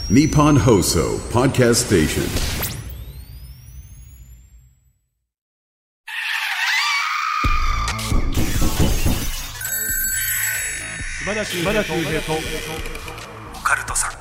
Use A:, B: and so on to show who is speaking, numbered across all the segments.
A: Nippon Hoso Podcast Station。
B: 島田秀平とオカルトさん。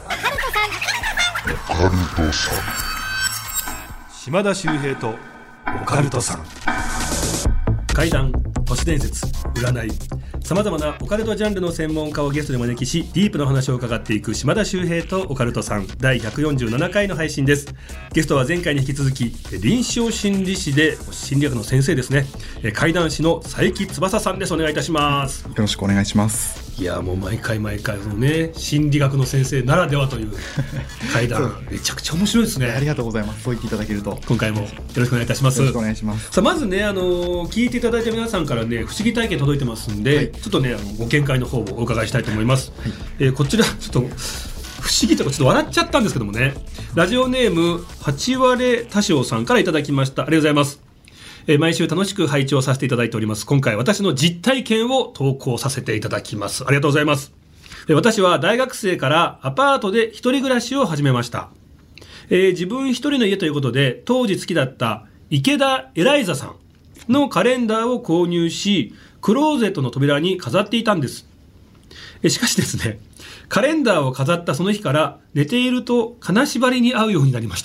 B: 島田秀平とオカルトさん。怪談、都市伝説、占い、さまざまなオカルトジャンルの専門家をゲストにお招きし、ディープな話を伺っていく島田秀平とオカルトさん第147回の配信です。ゲストは前回に引き続き臨床心理士で心理学の先生ですね、怪談師の佐伯翼さんです。お願いいたします。
C: よろしくお願いします。
B: いやもう毎回そのね、心理学の先生ならではという怪談めちゃくちゃ面白いですね。
C: ありがとうございます。そう言っていただけると
B: 今回もよろしくお願いいたします。
C: よろしくお願いします。
B: さあまずね、聞いていただいた皆さんからね、不思議体験届いてますんで、はい、ちょっとねご見解の方をお伺いしたいと思います。はい、こちらちょっと不思議とかちょっと笑っちゃったんですけどもね、ラジオネーム8割多少さんからいただきました。ありがとうございます。毎週楽しく拝聴させていただいております。今回私の実体験を投稿させていただきます。ありがとうございます。私は大学生からアパートで一人暮らしを始めました。自分一人の家ということで、当時好きだった池田エライザさんのカレンダーを購入し、クローゼットの扉に飾っていたんです。しかしですね、カレンダーを飾ったその日から寝ていると金縛りに遭うようになりました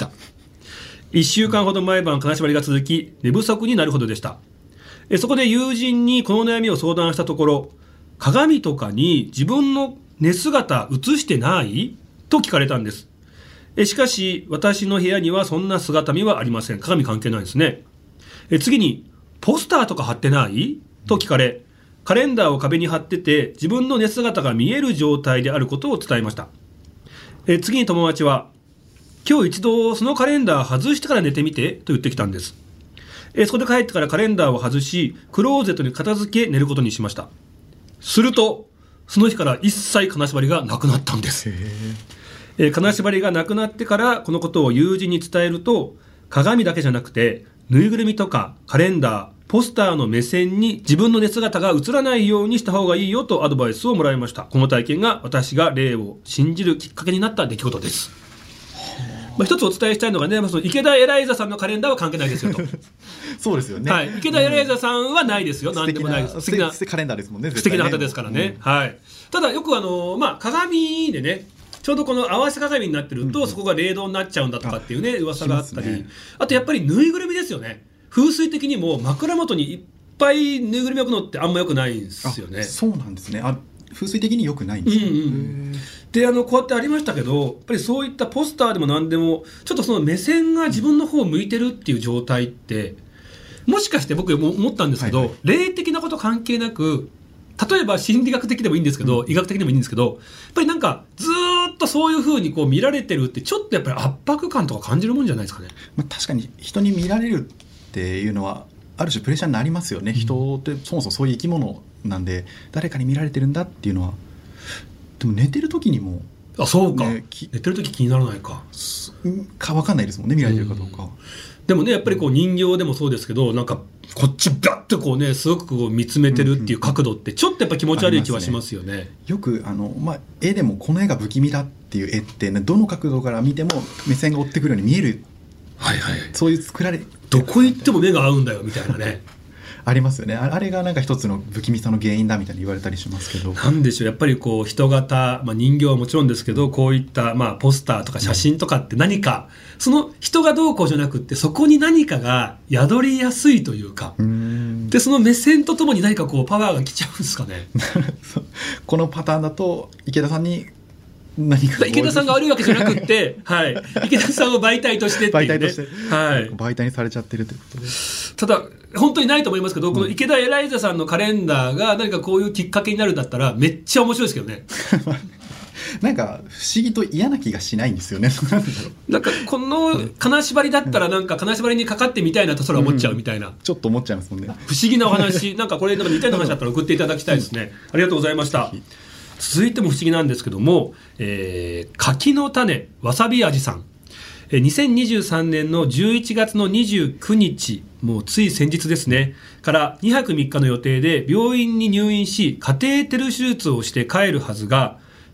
B: 。1週間ほど毎晩金縛りが続き、寝不足になるほどでした。そこで友人にこの悩みを相談したところ、鏡とかに自分の寝姿映してないと聞かれたんです。しかし私の部屋にはそんな姿見はありません。鏡関係ないですね。次にポスターとか貼ってないと聞かれ、カレンダーを壁に貼ってて自分の寝姿が見える状態であることを伝えました。次に友達は、今日一度そのカレンダー外してから寝てみてと言ってきたんです。そこで帰ってからカレンダーを外し、クローゼットに片付け寝ることにしました。するとその日から一切金縛りがなくなったんです。金縛りがなくなってからこのことを友人に伝えると、鏡だけじゃなくてぬいぐるみとかカレンダー、ポスターの目線に自分の寝姿が映らないようにした方がいいよとアドバイスをもらいました。この体験が私が霊を信じるきっかけになった出来事です。一つお伝えしたいのがね、その池田エライザさんのカレンダーは関係ないですよと。
C: そうですよね。
B: はい、池田エライザさんはないですよ。何でもないです。
C: 素敵なカレンダーですもんね。
B: 素敵な方ですからね。はい。ただよく鏡でね、ちょうどこの合わせ鏡になってると、そこが霊道になっちゃうんだとかっていうね、噂があったり、あとやっぱりぬいぐるみですよね。風水的にも枕元にいっぱいぬいぐるみ置くのってあんま良くないんですよね。
C: そうなんですね。風水的に良くないんですよ。
B: でこうやってありましたけど、やっぱりそういったポスターでも何でもちょっとその目線が自分の方を向いてるっていう状態って、もしかして僕も思ったんですけど、霊的なこと関係なく、例えば心理学的でもいいんですけど、医学的でもいいんですけど、やっぱりなんかずっとそういう風にこう見られてるって、ちょっとやっぱり圧迫感とか感じるもんじゃないですかね。
C: 確かに人に見られるっていうのはある種プレッシャーになりますよね。人ってそもそもそういう生き物なんで、誰かに見られてるんだっていうのは。でも寝てる時にも、
B: そうか、寝てる時気にならないか
C: 分かんないですもんね、見られてるかどうか。
B: でもね、やっぱりこう人形でもそうですけど、なんかこっちバッとこうね、すごくこう見つめてるっていう角度ってちょっとやっぱ気持ち悪い気はしますよね。
C: よく絵でもこの絵が不気味だっていう絵って、ね、どの角度から見ても目線が追ってくるように見える、そういう作られ、
B: どこ行っても目が合うんだよみたいなね
C: ありますよね。あれがなんか一つの不気味さの原因だみたいに言われたりしますけど、
B: なんでしょう、やっぱりこう人型、人形はもちろんですけど、こういったポスターとか写真とかって何か、その人がどうこうじゃなくって、そこに何かが宿りやすいというか、でその目線とともに何かこうパワーが来ちゃうんですかね
C: このパターンだと池田さんに何か、
B: 池田さんが悪いわけじゃなくって、池田さんを媒体としてっていう、ね、
C: 媒体として、媒体にされちゃってるということで、
B: ただ本当にないと思いますけど、この池田エライザさんのカレンダーが何かこういうきっかけになるんだったらめっちゃ面白いですけどね
C: なんか不思議と嫌な気がしないんですよね
B: なんかこの金縛りだったらなんか金縛りにかかってみたいなとそれは思っちゃうみたいな、
C: ちょっと思っちゃいますもんね。
B: 不思議なお話なんかこれなんか似たような話だったら送っていただきたいですね。ありがとうございました。続いても不思議なんですけども、柿の種わさび味さん、2023年の11月の29日、もうつい先日ですね、から2泊3日の予定で病院に入院し、カテーテル手術をして帰るはずが、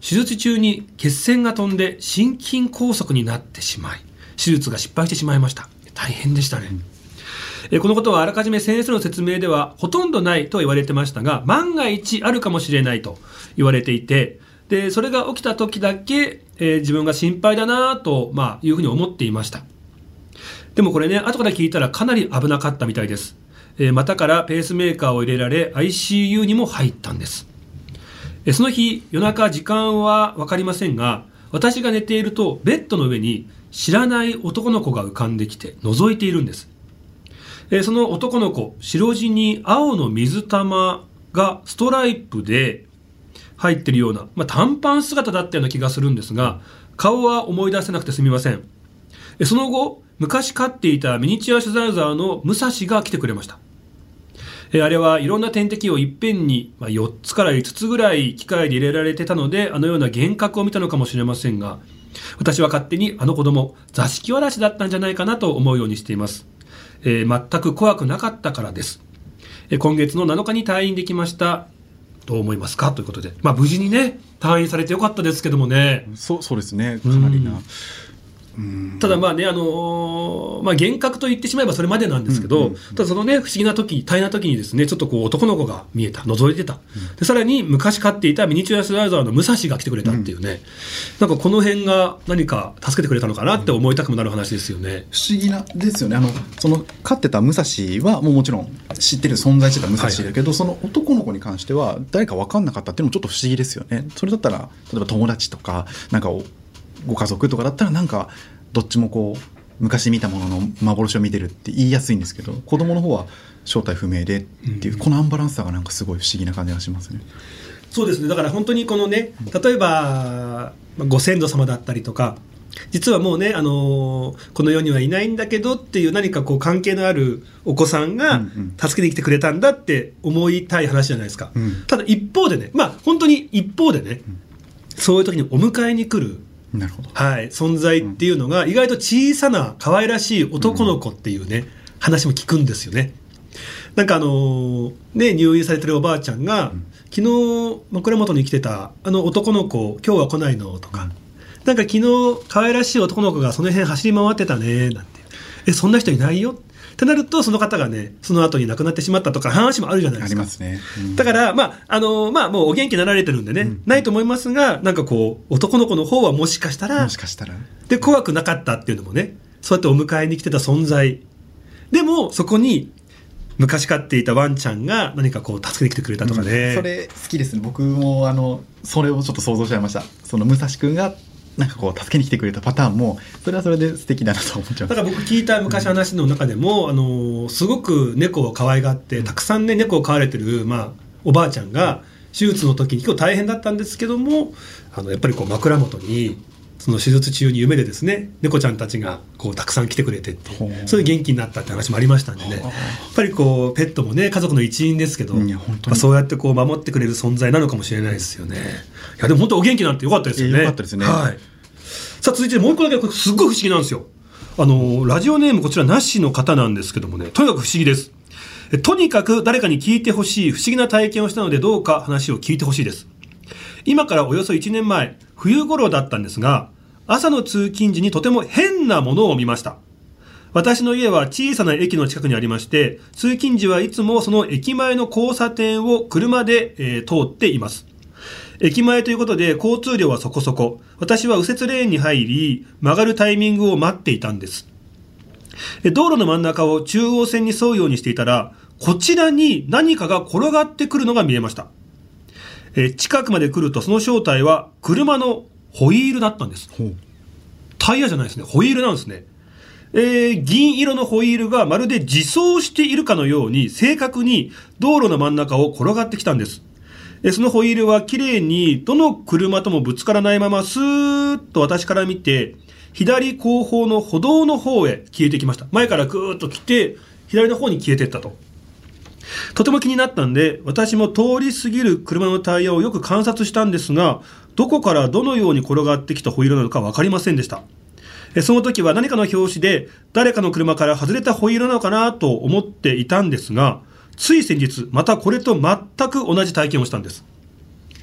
B: 手術中に血栓が飛んで心筋梗塞になってしまい、手術が失敗してしまいました。大変でしたね。このことはあらかじめ先生の説明ではほとんどないと言われてましたが、万が一あるかもしれないと言われていて、でそれが起きた時だけ、自分が心配だなと、いうふうに思っていました。でもこれね、後から聞いたらかなり危なかったみたいです。股からペースメーカーを入れられ ICU にも入ったんです。その日夜中、時間は分かりませんが、私が寝ているとベッドの上に知らない男の子が浮かんできて覗いているんです。その男の子、白地に青の水玉がストライプで入っているような、短パン姿だったような気がするんですが、顔は思い出せなくてすみません。その後、昔飼っていたミニチュアシュザウザーの武蔵が来てくれました。あれはいろんな点滴をいっぺんに4つから5つぐらい機械で入れられてたので、あのような幻覚を見たのかもしれませんが、私は勝手にあの子供、座敷わらしだったんじゃないかなと思うようにしています。全く怖くなかったからです。今月の7日に退院できました。どう思いますかということで、無事にね退院されてよかったですけどもね。
C: そうですね、かなりな。
B: ただ幻覚と言ってしまえばそれまでなんですけど、ただそのね不思議な時、大変な時にですね、ちょっとこう男の子が見えた、覗いてた。でさらに昔飼っていたミニチュアシュワイザーの武蔵が来てくれたっていうね、なんかこの辺が何か助けてくれたのかなって思いたくもなる話ですよね。
C: 不思議なですよね。その飼ってた武蔵はもちろん知ってる、存在してた武蔵だけど、その男の子に関しては誰か分かんなかったっていうのもちょっと不思議ですよね。それだったら例えば友達とかなんかご家族とかだったらなんかどっちもこう昔見たものの幻を見てるって言いやすいんですけど、子供の方は正体不明でっていう、このアンバランスさがなんかすごい不思議な感じがしますね。
B: そうですね。だから本当にこのね、例えばご先祖様だったりとか、実はもうね、この世にはいないんだけどっていう何かこう関係のあるお子さんが助けに来てくれたんだって思いたい話じゃないですか。ただ一方でね、本当に一方でね、そういう時にお迎えに来る、
C: なるほど、
B: 存在っていうのが意外と小さな可愛らしい男の子っていうね、話も聞くんですよね。なんか入院されてるおばあちゃんが、昨日枕元に来てた男の子今日は来ないのとか、なんか昨日可愛らしい男の子がその辺走り回ってたねなんて、そんな人いないよってなると、その方がねその後に亡くなってしまったとか話もあるじゃないですか。
C: ありますね。
B: だからもうお元気になられてるんでね、ないと思いますが、なんかこう男の子の方はもしかしたらで怖くなかったっていうのもね、そうやってお迎えに来てた存在でも、そこに昔飼っていたワンちゃんが何かこう助けに来てくれたとかね、
C: それ好きですね。僕もそれをちょっと想像しちゃいました。その武蔵くんがなんかこう助けに来てくれたパターンもそれはそれで素敵だなと思っちゃう。
B: だから僕聞いた昔話の中でも、すごく猫を可愛がってたくさんね猫を飼われてる、おばあちゃんが手術の時に結構大変だったんですけども、やっぱりこう枕元にその手術中に夢でですね、猫ちゃんたちがこうたくさん来てくれてって、そういう元気になったって話もありましたんでね、やっぱりこうペットもね家族の一員ですけど、そうやってこう守ってくれる存在なのかもしれないですよね。いやでも本当お元気なんてよかったですよね。
C: よかったですね。
B: さあ続いてもう一個だけ、これすっごい不思議なんですよ。ラジオネームこちらなしの方なんですけどもね、とにかく不思議です。とにかく誰かに聞いてほしい不思議な体験をしたので、どうか話を聞いてほしいです。今からおよそ1年前、冬頃だったんですが、朝の通勤時にとても変なものを見ました。私の家は小さな駅の近くにありまして、通勤時はいつもその駅前の交差点を車で、通っています。駅前ということで交通量はそこそこ。私は右折レーンに入り、曲がるタイミングを待っていたんです。道路の真ん中を中央線に沿うようにしていたら、こちらに何かが転がってくるのが見えました。近くまで来るとその正体は車のホイールだったんです。タイヤじゃないですね、ホイールなんですね。銀色のホイールがまるで自走しているかのように正確に道路の真ん中を転がってきたんです。そのホイールはきれいにどの車ともぶつからないままスーッと私から見て左後方の歩道の方へ消えてきました。前からぐーっと来て左の方に消えていったと。とても気になったんで、私も通り過ぎる車のタイヤをよく観察したんですが、どこからどのように転がってきたホイールなのか分かりませんでした。その時は何かの拍子で誰かの車から外れたホイールなのかなと思っていたんですが、つい先日またこれと全く同じ体験をしたんです。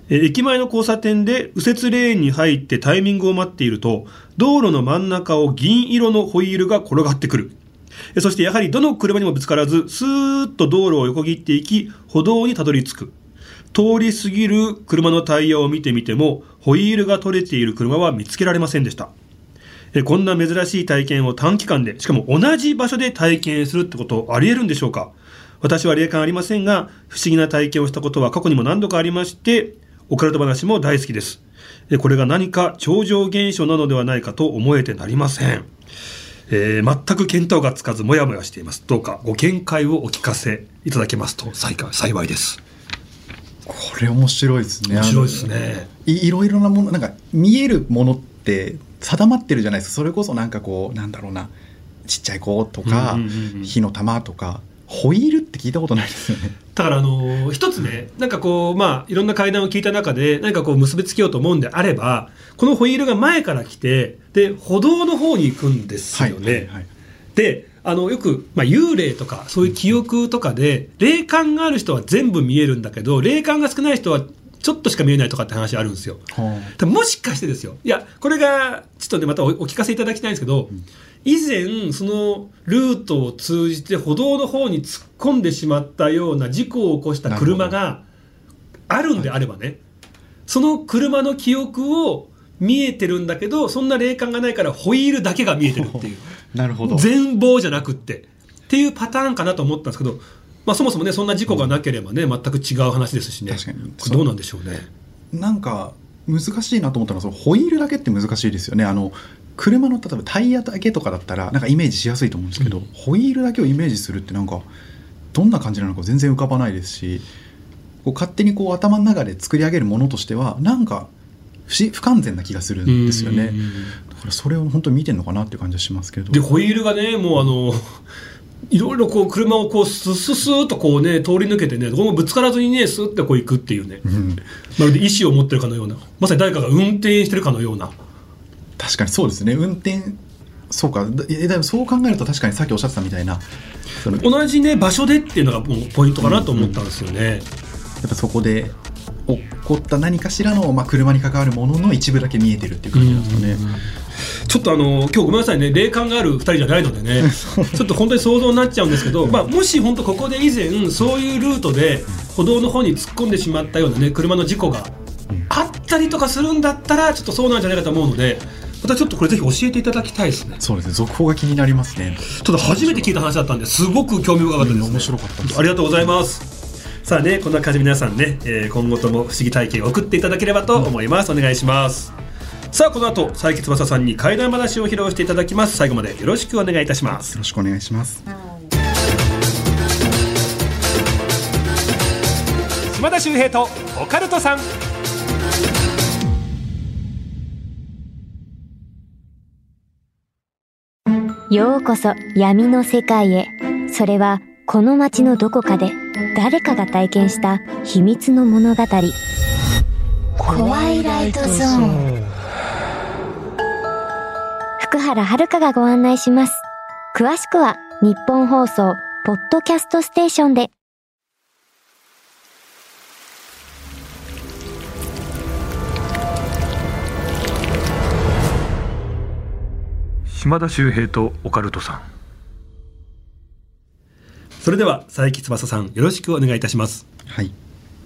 B: 駅前の交差点で右折レーンに入ってタイミングを待っていると、道路の真ん中を銀色のホイールが転がってくる。そしてやはりどの車にもぶつからず、スーッと道路を横切っていき、歩道にたどり着く。通り過ぎる車のタイヤを見てみても、ホイールが取れている車は見つけられませんでした。こんな珍しい体験を短期間で、しかも同じ場所で体験するってことあり得るんでしょうか。私は霊感ありませんが、不思議な体験をしたことは過去にも何度かありまして、オカルト話も大好きです。これが何か超常現象なのではないかと思えてなりません。全く見当がつかずもやもやしています。どうかご見解をお聞かせいただけますと幸いです。
C: これ面白いですね。
B: 面白いですね。
C: いろいろなもの、なんか見えるものって定まってるじゃないですか。それこそなんかこう、なんだろうな、ちっちゃい子とか、火の玉とか、ホイールって聞いたことないですよね。
B: だから一つね、なんかこう、いろんな会談を聞いた中で何かこう結びつけようと思うんであれば、このホイールが前から来て、で歩道の方に行くんですよね。でよく、幽霊とかそういう記憶とかで、霊感がある人は全部見えるんだけど、霊感が少ない人はちょっとしか見えないとかって話あるんですよ。もしかしてですよ、いやこれがちょっとねまたお聞かせいただきたいんですけど、以前そのルートを通じて歩道の方に突っ込んでしまったような事故を起こした車があるんであればね、その車の記憶を見えてるんだけど、そんな霊感がないからホイールだけが見えてるっていう
C: なるほど、
B: 全貌じゃなくっていうパターンかなと思ったんですけど、そもそもねそんな事故がなければね、全く違う話ですしね。
C: 確かに
B: これどうなんでしょうね。
C: なんか難しいなと思ったのは、そのホイールだけって難しいですよね。車の例えばタイヤだけとかだったらなんかイメージしやすいと思うんですけど、ホイールだけをイメージするってなんかどんな感じなのか全然浮かばないですし、こう勝手にこう頭の中で作り上げるものとしてはなんか不完全な気がするんですよね。だからそれを本当に見てるのかなっていう感じはしますけど。
B: でホイールがね、もういろいろこう車をこうスーッとこうね通り抜けてね、どこもぶつからずにねスーッとこう行くっていうね、まるで意志を持ってるかのような、まさに誰かが運転してるかのような。
C: 確かにそうですね。運転、そうか、でもそう考えると確かにさっきおっしゃってたみたいな、
B: 同じね場所でっていうのがもうポイントかなと思ったんですよね。
C: やっぱそこで起こった何かしらの、車に関わるものの一部だけ見えてるっていう感じなんですよね。
B: ちょっと今日ごめんなさいね、霊感がある2人じゃないのでねちょっと本当に想像になっちゃうんですけど、もし本当ここで以前そういうルートで歩道の方に突っ込んでしまったようなね車の事故があったりとかするんだったら、ちょっとそうなんじゃないかと思うので、またちょっとこれぜひ教えていただきたいですね。
C: そうですね、続報が気になりますね。
B: ちょっと初めて聞いた話だったんですごく興味深かったですね。
C: 面白かったです。
B: ありがとうございます。さあね、こんな感じで皆さんね、今後とも不思議体験を送っていただければと思います。お願いします。さあこの後佐伯翼さんに怪談話を披露していただきます。最後までよろしくお願いいたします。
C: よろしくお願いします。
B: 島田秀平とオカルトさん。
D: ようこそ闇の世界へ。それはこの街のどこかで誰かが体験した秘密の物語。コワイライトゾーン。福原遥がご案内します。詳しくは日本放送ポッドキャストステーションで。
B: 島田秀平とオカルトさん。それでは佐伯翼さん、よろしくお願いいたします。
C: はい。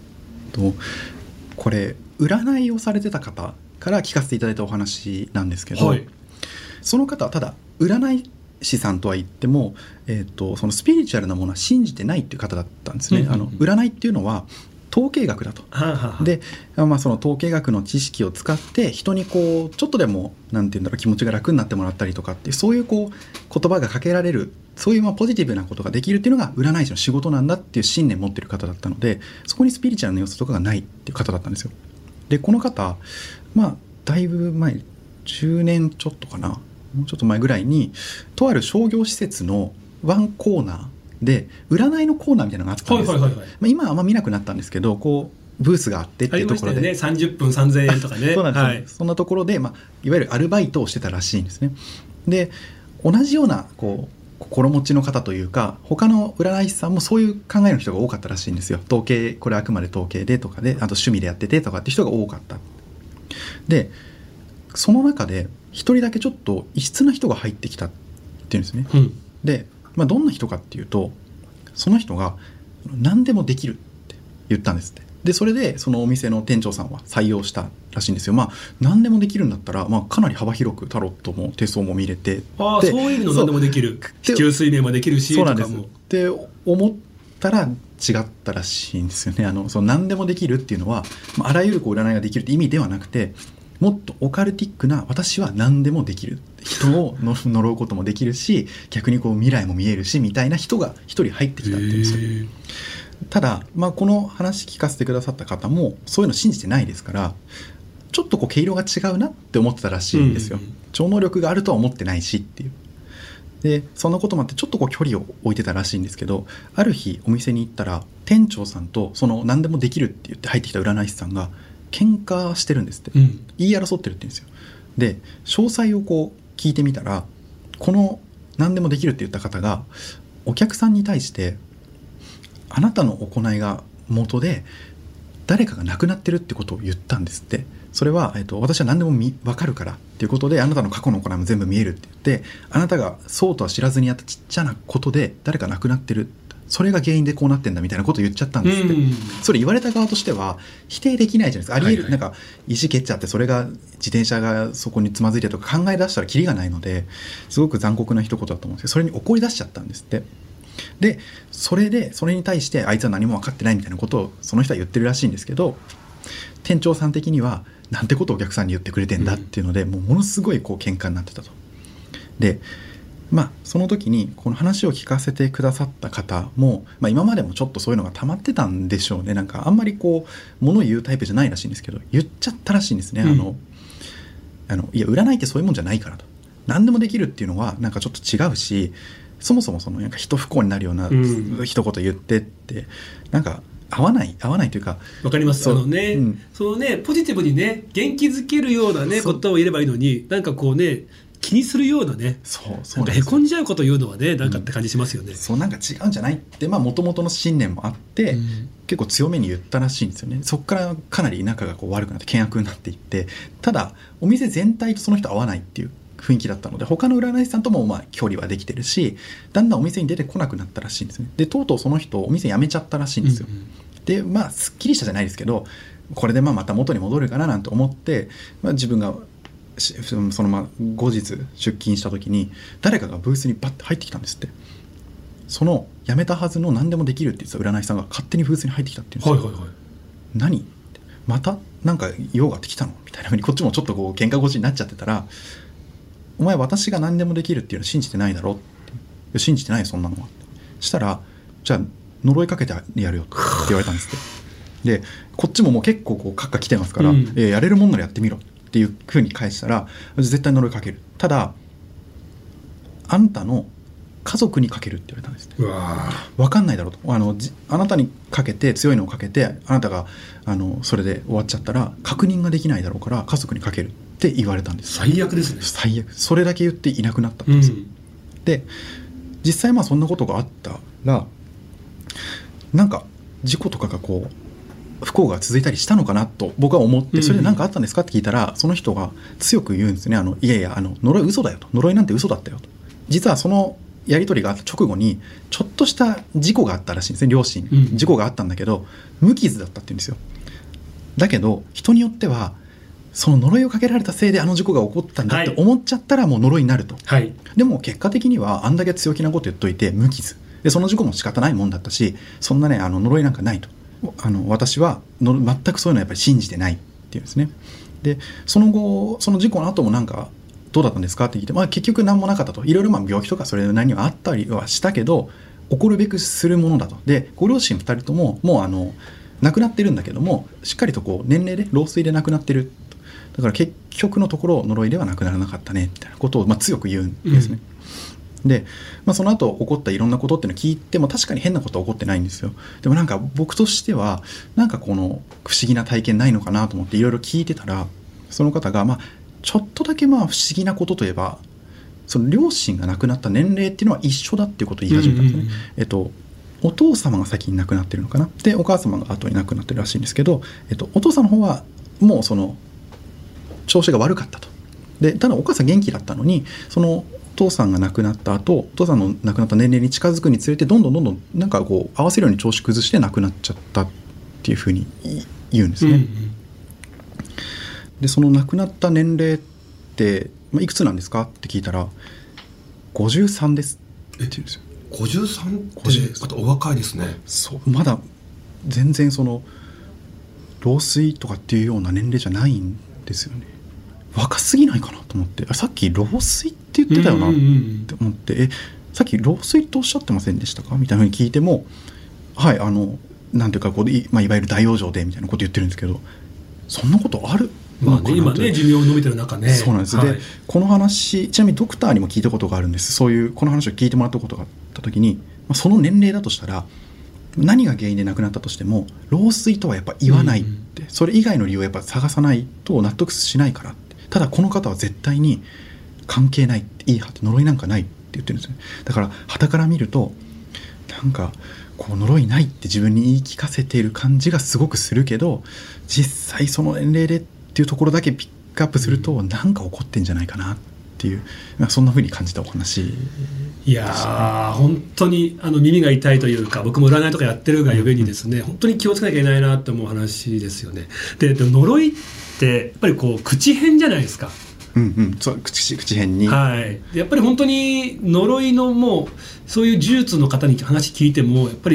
C: これ占いをされてた方から聞かせていただいたお話なんですけど、その方はただ占い師さんとは言っても、そのスピリチュアルなものは信じてないっていう方だったんですね。占いっていうのは統計学だと。で、その統計学の知識を使って人にこうちょっとでもなんていうんだろう、気持ちが楽になってもらったりとかっていう、そういうこう言葉がかけられる、そういうポジティブなことができるっていうのが占い師の仕事なんだっていう信念を持ってる方だったので、そこにスピリチュアルな要素とかがないっていう方だったんですよ。でこの方、だいぶ前、10年ちょっとかな、もうちょっと前ぐらいにとある商業施設のワンコーナーで占いのコーナーみたいなのがあったんですよ。今はあんま見なくなったんですけど、こうブースがあってっていうところで、
B: ね、30分3000円とかね
C: そうなんです、そんなところで、いわゆるアルバイトをしてたらしいんですね。で同じようなこう心持ちの方というか他の占い師さんもそういう考えの人が多かったらしいんですよ。統計これあくまで統計でとかで、あと趣味でやっててとかって人が多かった。でその中で一人だけちょっと異質な人が入ってきたっていうんですね、で、どんな人かっていうとその人が何でもできるって言ったんですって。でそれでそのお店の店長さんは採用したらしいんですよ。何でもできるんだったら、かなり幅広くタロットも手相も見れて、
B: そういうの何でもできる、地中水面もできるし
C: そうなんですって思ったら違ったらしいんですよね。その何でもできるっていうのは、あらゆる占いができるって意味ではなくて、もっとオカルティックな私は何でもできる、人を呪うこともできるし逆に未来も見えるしみたいな人が一人入ってきたっていうんですよ。ただ、この話聞かせてくださった方もそういうの信じてないですから、ちょっと毛色が違うなって思ってたらしいんですよ。超能力があるとは思ってないしっていう。でそんなこともあってちょっと距離を置いてたらしいんですけど、ある日お店に行ったら店長さんとその何でもできるって言って入ってきた占い師さんが喧嘩してるんですって、言い争ってるって言うんですよ。で詳細を聞いてみたら、この何でもできるって言った方がお客さんに対してあなたの行いが元で誰かが亡くなってるってことを言ったんですって。それは、私は何でも分かるからっていうことであなたの過去の行いも全部見えるって言って、あなたがそうとは知らずにやったちっちゃなことで誰か亡くなってる、それが原因でこうなってんだみたいなことを言っちゃったんですって。それ言われた側としては否定できないじゃないですか。あり得る、なんか石蹴っちゃってそれが自転車がそこにつまずいてとか考え出したらキリがないので、すごく残酷な一言だと思うんですけど、それに怒り出しちゃったんですって。でそれに対してあいつは何も分かってないみたいなことをその人は言ってるらしいんですけど、店長さん的にはなんてことをお客さんに言ってくれてんだっていうので、ものすごい喧嘩になってたと。でその時にこの話を聞かせてくださった方も、今までもちょっとそういうのが溜まってたんでしょうね。なんかあんまり物を言うタイプじゃないらしいんですけど、言っちゃったらしいんですね。いや占いってそういうもんじゃないからと、何でもできるっていうのはなんかちょっと違うし、そもそもなんか人不幸になるような一言言ってってなんか合わないというか。わ
B: かります。そのねポジティブにね元気づけるようなねことを言えればいいのに、なんか気にするようなね、なんかへこんじゃうことを言うのはね、なんかって感じしますよね。
C: そうなんか違うんじゃないって元々の信念もあって、結構強めに言ったらしいんですよね。そこからかなり仲が悪くなって険悪になっていって、ただお店全体とその人合わないっていう雰囲気だったので、他の占い師さんとも距離はできてるし、だんだんお店に出てこなくなったらしいんですね。でとうとうその人お店辞めちゃったらしいんですよ。ですっきりしたじゃないですけど、これでまた元に戻るかななんて思って、自分がその後日出勤した時に誰かがブースにバッて入ってきたんですって。その辞めたはずの何でもできるって言ってた占い師さんが勝手にブースに入ってきたっていうんですよ。何って、またなんか用があってきたのみたいな風にこっちもちょっと喧嘩腰になっちゃってたら、お前私が何でもできるっていうの信じてないだろって。信じてないそんなのは。したらじゃあ呪いかけてやるよって言われたんですって。でこっちももう結構カッカ来てますから、やれるもんならやってみろっていう風に返したら、絶対呪いかける、ただあんたの家族にかけるって言われたんですって。分かんないだろうと、あなたにかけて強いのをかけてあなたがそれで終わっちゃったら確認ができないだろうから家族にかけるって言われたんです。
B: 最悪ですね。
C: 最悪。それだけ言っていなくなったんですよ。で実際そんなことがあったら、なんか事故とかが不幸が続いたりしたのかなと僕は思って、それで何かあったんですかって聞いたら、その人が強く言うんですね。いやいや呪い嘘だよと、呪いなんて嘘だったよと。実はそのやり取りがあった直後にちょっとした事故があったらしいんですね。両親、事故があったんだけど無傷だったって言うんですよ。だけど人によってはその呪いをかけられたせいで事故が起こったんだって思っちゃったらもう呪いになると、でも結果的にはあんだけ強気なこと言っといて無傷で、その事故も仕方ないもんだったし、そんなね呪いなんかないと。私は全くそういうのはやっぱり信じてないっていうんですね。でその後その事故の後もなんかどうだったんですかって聞いて、結局何もなかったと。いろいろ病気とかそれなりにはあったりはしたけど起こるべくするものだと。でご両親2人とももう亡くなってるんだけども、しっかりと年齢で老衰で亡くなってる。だから結局のところ呪いではなくならなかったねみたいなことを強く言うんですね。でその後起こったいろんなことっていうのを聞いても確かに変なことは起こってないんですよ。でもなんか僕としてはなんか不思議な体験ないのかなと思っていろいろ聞いてたら、その方がちょっとだけ不思議なことといえばその両親が亡くなった年齢っていうのは一緒だっていうことを言い始めたんですね、お父様が先に亡くなってるのかな、でお母様が後に亡くなってるらしいんですけど、お父さんの方はもうその調子が悪かったと。でただお母さん元気だったのに、そのお父さんが亡くなった後、お父さんの亡くなった年齢に近づくにつれてどんどんなんかこう合わせるように調子崩して亡くなっちゃったっていうふうに言うんですね、でその亡くなった年齢っていくつなんですかって聞いたら53ですって言うんですよ。
B: 53ってまたお若いですね。
C: そうまだ全然その老衰とかっていうような年齢じゃないんですよね。若すぎないかなと思って、さっき老衰って言ってたよなって思って、さっき老衰っておっしゃってませんでしたかみたいなふうに聞いても、はいなんていうかこういわゆる大往生でみたいなこと言ってるんですけど、そんなことあるのかなと。
B: 今ね寿命を延びてる中ね。
C: そうなんです、でこの話ちなみにドクターにも聞いたことがあるんです。そういうこの話を聞いてもらったことがあった時に、その年齢だとしたら何が原因で亡くなったとしても老衰とはやっぱ言わないって、それ以外の理由をやっぱ探さないと納得しないからって。ただこの方は絶対に関係ないって、いいはって呪いなんかないって言ってるんですよね。だから傍から見るとなんかこう呪いないって自分に言い聞かせている感じがすごくするけど、実際その年齢でっていうところだけピックアップするとなんか起こってんじゃないかなっていう、そんな風に感じたお話。
B: いやー本当に耳が痛いというか、僕も占いとかやってるがゆえにですね、本当に気をつけなきゃいけないなと思う話ですよね。で呪いってやっぱりこう口変じゃないですか。
C: そう口変に、
B: やっぱり本当に呪いのもうそういう呪術の方に話聞いてもやっぱり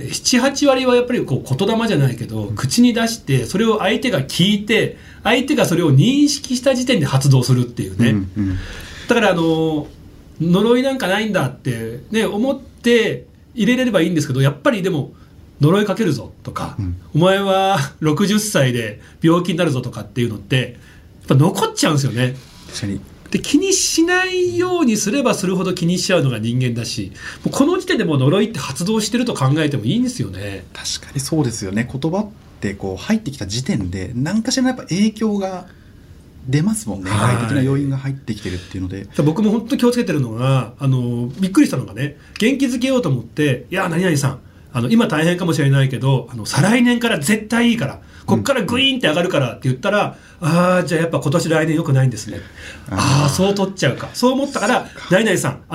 B: 7,8 割はやっぱりこう言霊じゃないけど、口に出してそれを相手が聞いて、相手がそれを認識した時点で発動するっていうね、だから呪いなんかないんだって、ね、思って入れれればいいんですけど、やっぱりでも呪いかけるぞとか、お前は60歳で病気になるぞとかっていうのってやっぱ残っちゃうんですよね。で気にしないようにすればするほど気にしちゃうのが人間だし、もうこの時点でもう呪いって発動してると考えてもいいんですよね。
C: 確かにそうですよね。言葉ってこう入ってきた時点で何かしらのやっぱ影響が出ますもんね。外的な要因が入ってきてるっていうので、
B: 僕も本当に気をつけてるのがびっくりしたのがね、元気づけようと思って、いや何々さん今大変かもしれないけど再来年から絶対いいからこっからグイーンって上がるからって言ったら、じゃあやっぱ今年来年良くないんですね。そう取っちゃうか。そう思ったから何々さん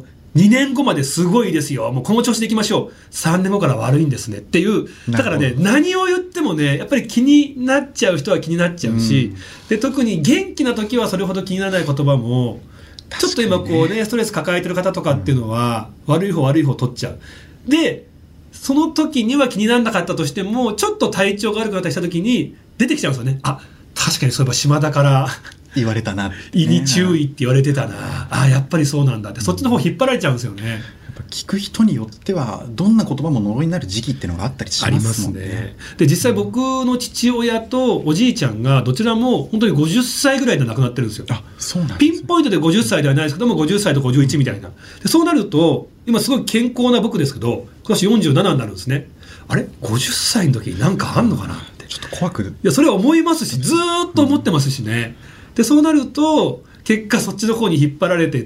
B: 2年後まですごいですよ、もうこの調子でいきましょう、3年後から悪いんですねっていう。だからね、何を言ってもねやっぱり気になっちゃう人は気になっちゃうし、で特に元気な時はそれほど気にならない言葉も、ちょっと今こうねストレス抱えてる方とかっていうのは、悪い方取っちゃう。でその時には気にならなかったとしても、ちょっと体調が悪くなったりした時に出てきちゃうんですよね。確かにそういえば島田から
C: 言われたな、
B: 胃に注意って言われてたな、やっぱりそうなんだって、そっちの方引っ張られちゃうんですよね。
C: やっぱ聞く人によってはどんな言葉も呪いになる時期っていうのがあったりしますもんね。
B: ありますね。で実際僕の父親とおじいちゃんがどちらも本当に50歳ぐらいで亡くなってるんですよ。
C: そうなんですね。
B: ピンポイントで50歳ではないですけども50歳と51みたいな。でそうなると今すごい健康な僕ですけど、今年47になるんですね。あれ50歳の時に何かあんのかなって、
C: ちょっと怖く、
B: いやそれは思いますし、ずーっと思ってますしね。でそうなると結果そっちの方に引っ張られてって、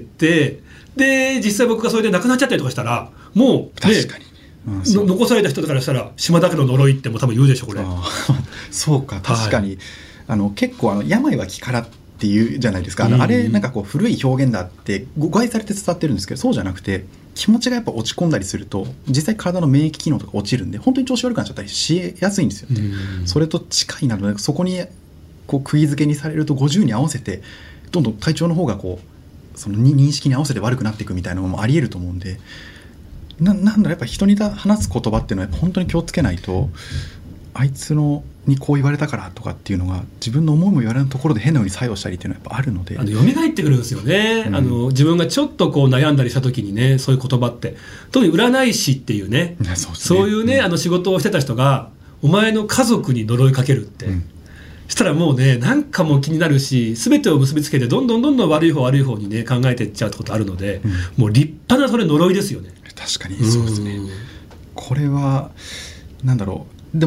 B: で実際僕がそれで亡くなっちゃったりとかしたら、もう、ね、
C: 確かに、
B: 残された人からしたら島田家の呪いってもう多分言うでしょこれ。
C: そうか、確かに、結構病は気からっていうじゃないですか。あれなんかこう古い表現だって誤解されて伝わってるんですけど、そうじゃなくて気持ちがやっぱ落ち込んだりすると実際体の免疫機能とか落ちるんで、本当に調子悪くなっちゃったりしやすいんですよね。それと近いなので、そこにこう釘付けにされると50に合わせてどんどん体調の方がこうその認識に合わせて悪くなっていくみたいなのもあり得ると思うんで、なんだろう、やっぱ人に話す言葉っていうのは本当に気をつけないと、あいつにこう言われたからとかっていうのが自分の思いも言われないところで変な風に作用したりっていうのはやっぱあるので、
B: 蘇ってくるんですよね。自分がちょっとこう悩んだりした時にね、そういう言葉って特に占い師っていうね、そういうね、仕事をしてた人がお前の家族に呪いかけるって、したらもうね、なんかもう気になるし、全てを結びつけてどんどん悪い方にね考えていっちゃうってことあるので、もう立派なそれ呪いですよね。
C: 確かにそうですね。これはなんだろう、でも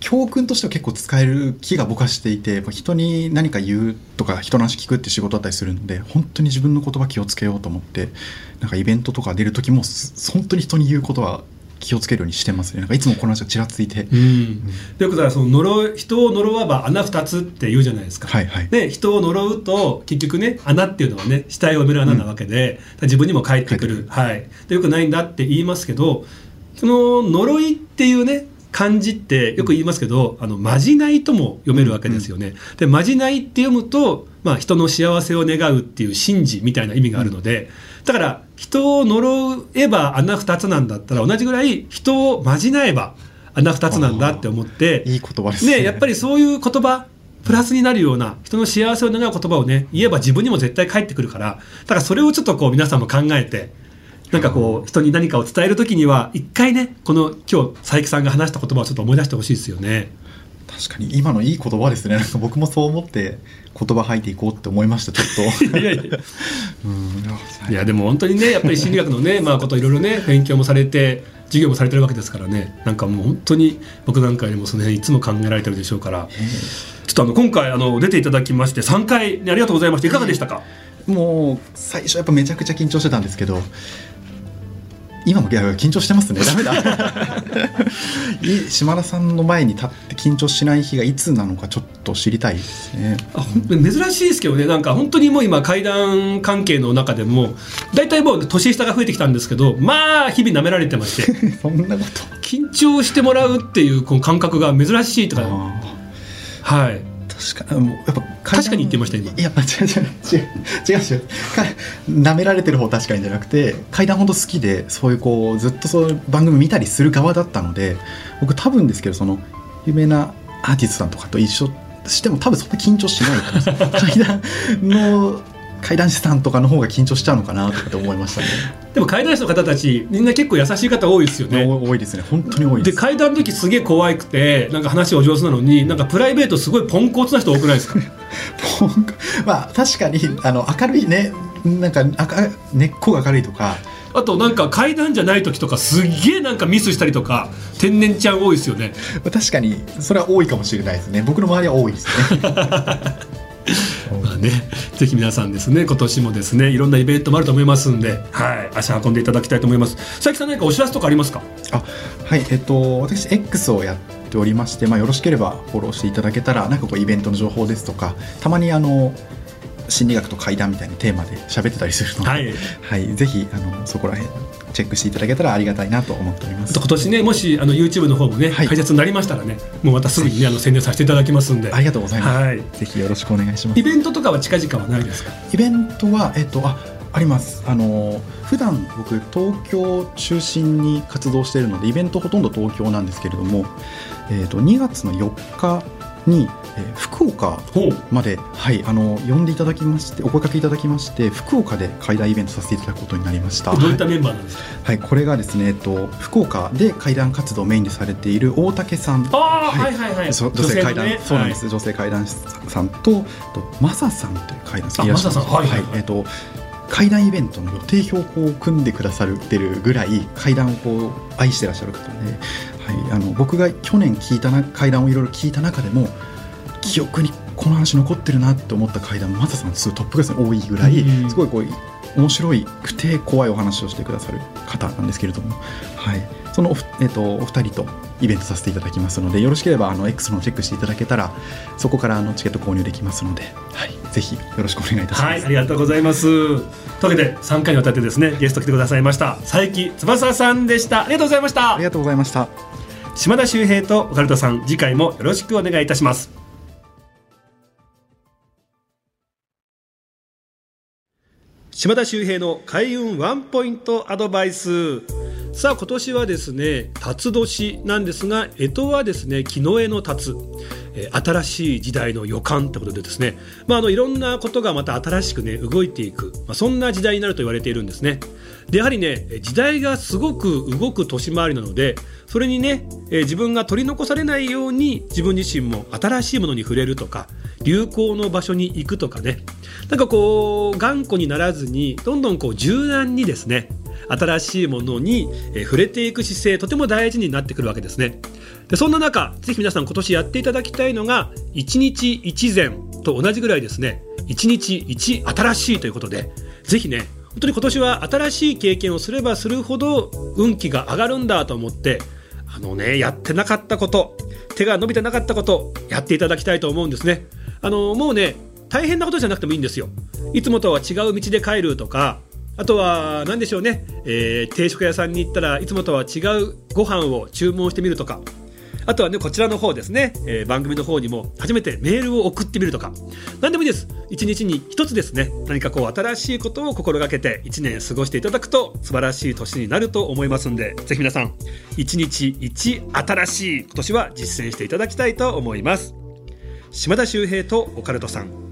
C: 教訓としては結構使える気が僕はしていて、人に何か言うとか人の話聞くって仕事だったりするので、本当に自分の言葉気をつけようと思って、なんかイベントとか出る時も本当に人に言うことは気をつけるようにしてますね。なんかいつもこの話がちらついて、
B: ということは人を呪わば穴2つって言うじゃないですか、はいはい、で人を呪うと結局ね、穴っていうのはね、死体を埋める穴なわけで、自分にも返ってくる、はい、でよくないんだって言いますけど、その呪いっていうね漢字ってよく言いますけど、まじないとも読めるわけですよね。でまじないって読むと、人の幸せを願うっていう神事みたいな意味があるので、だから人を呪えば穴2つなんだったら、同じぐらい人をまじないえば穴2つなんだって思って、
C: いい言葉ですね。
B: やっぱりそういう言葉、プラスになるような人の幸せを願う言葉をね言えば自分にも絶対返ってくるから、だからそれをちょっと皆さんも考えて、なんか人に何かを伝えるときには一回ね、この今日佐伯さんが話した言葉をちょっと思い出してほしいですよね。
C: 確かに今のいい言葉ですね。なんか僕もそう思って言葉吐いていこうって思いました。ちょっといやでも本当にね、やっぱり心理学のねこといろいろね勉強もされて授業もされてるわけですからね、なんかもう本当に僕なんかよりもその辺いつも考えられてるでしょうから、ちょっと今回出ていただきまして3回、ありがとうございました。いかがでしたか？ もう最初やっぱめちゃくちゃ緊張してたんですけど、今も緊張してますね。ダメだ島田さんの前に立って緊張しない日がいつなのかちょっと知りたいですね。
B: 本当に珍しいですけどね、なんか本当にもう今怪談関係の中でも大体もう年下が増えてきたんですけど、日々舐められてまして
C: そんなこと
B: 緊張してもらうっていうこの感覚が珍しいとか、はい、
C: 確かにやっぱ
B: 確かに言ってました今。
C: いや違う舐められてる方確かにじゃなくて、怪談本当好きで、そういうずっとそういう番組見たりする側だったので、僕多分ですけど、その有名なアーティストさんとかと一緒しても多分そんな緊張しないから怪談師さんとかの方が緊張しちゃうのかなとかって思いましたね。
B: でも怪談師の方たちみんな結構優しい方多いですよね。
C: 多いですね、本当に多いです。
B: で怪談の時すげえ怖くてなんか話お上手なのに、なんかプライベートすごいポンコツな人多くないですか？
C: 確かに明るいね、なんか根っこが明るいとか、
B: あとなんか怪談じゃない時とかすげえなんかミスしたりとか天然ちゃん多いですよね。
C: 確かにそれは多いかもしれないですね。僕の周りは多いですね。
B: ぜひ皆さんですね、今年もですねいろんなイベントもあると思いますんで、足運んでいただきたいと思います。佐伯さん何かお知らせとかありますか？
C: はい、私 X をやっておりまして、よろしければフォローしていただけたら、なんかイベントの情報ですとか、たまに心理学と怪談みたいなテーマで喋ってたりするので、ぜひそこら辺チェックしていただけたらありがたいなと思っております。
B: 今年ね、もしYouTube の方もね、開設になりましたらね、もうまたすぐにね宣伝させていただきますんで。
C: ありがとうございます、ぜひよろしくお願いします。
B: イベントとかは近々はないですか？
C: イベントはあります。普段僕東京中心に活動しているので、イベントほとんど東京なんですけれども、2月の4日に福岡まで、呼んでいただきまして、お声かけいただきまして、福岡で怪談イベントさせていただくことになりました。
B: どういったメンバーなんですか？
C: これがですね、福岡で怪談活動をメインでされている大竹さん、女性怪談、そうなんです、女性怪談師さんとマサさんという怪談師がいらっしゃるんです。怪談イベントの予定表を組んでくださってるぐらい怪談を愛してらっしゃる方で、僕が去年聞いた怪談をいろいろ聞いた中でも記憶にこの話残ってるなって思った怪談、マサさんすごいトップクラスに多いぐらい、すごい面白いくて怖いお話をしてくださる方なんですけれども、そのお二人とイベントさせていただきますので、よろしければX のチェックしていただけたら、そこからチケット購入できますので、ぜひよろしくお願いいたします。
B: ありがとうございます。というわけで3回にわたってですねゲスト来てくださいました佐伯翼さんでした。ありがとうございました。
C: ありがとうございました。
B: 島田秀平とオカルトさん、次回もよろしくお願いいたします。島田秀平の開運ワンポイントアドバイス。さあ今年はですね辰年なんですが、干支はですね木の絵の辰、新しい時代の予感ということでですね、いろんなことがまた新しくね動いていく、そんな時代になると言われているんですね。でやはりね時代がすごく動く年回りなので、それにね、自分が取り残されないように自分自身も新しいものに触れるとか、流行の場所に行くとかね、なんか頑固にならずにどんどん柔軟にですね新しいものに触れていく姿勢、とても大事になってくるわけですね。でそんな中、ぜひ皆さん今年やっていただきたいのが1日1善と同じぐらいですね、1日1新しいということで、ぜひね本当に今年は新しい経験をすればするほど運気が上がるんだと思って、やってなかったこと、手が伸びてなかったことやっていただきたいと思うんですね。もうね大変なことじゃなくてもいいんですよ。いつもとは違う道で帰るとか、あとは何でしょうね、定食屋さんに行ったらいつもとは違うご飯を注文してみるとか、あとはねこちらの方ですね、番組の方にも初めてメールを送ってみるとか、何でもいいです。一日に一つですね、何か新しいことを心がけて1年過ごしていただくと素晴らしい年になると思いますんで、ぜひ皆さん一日一新しい今年は実践していただきたいと思います。島田秀平とオカルトさん、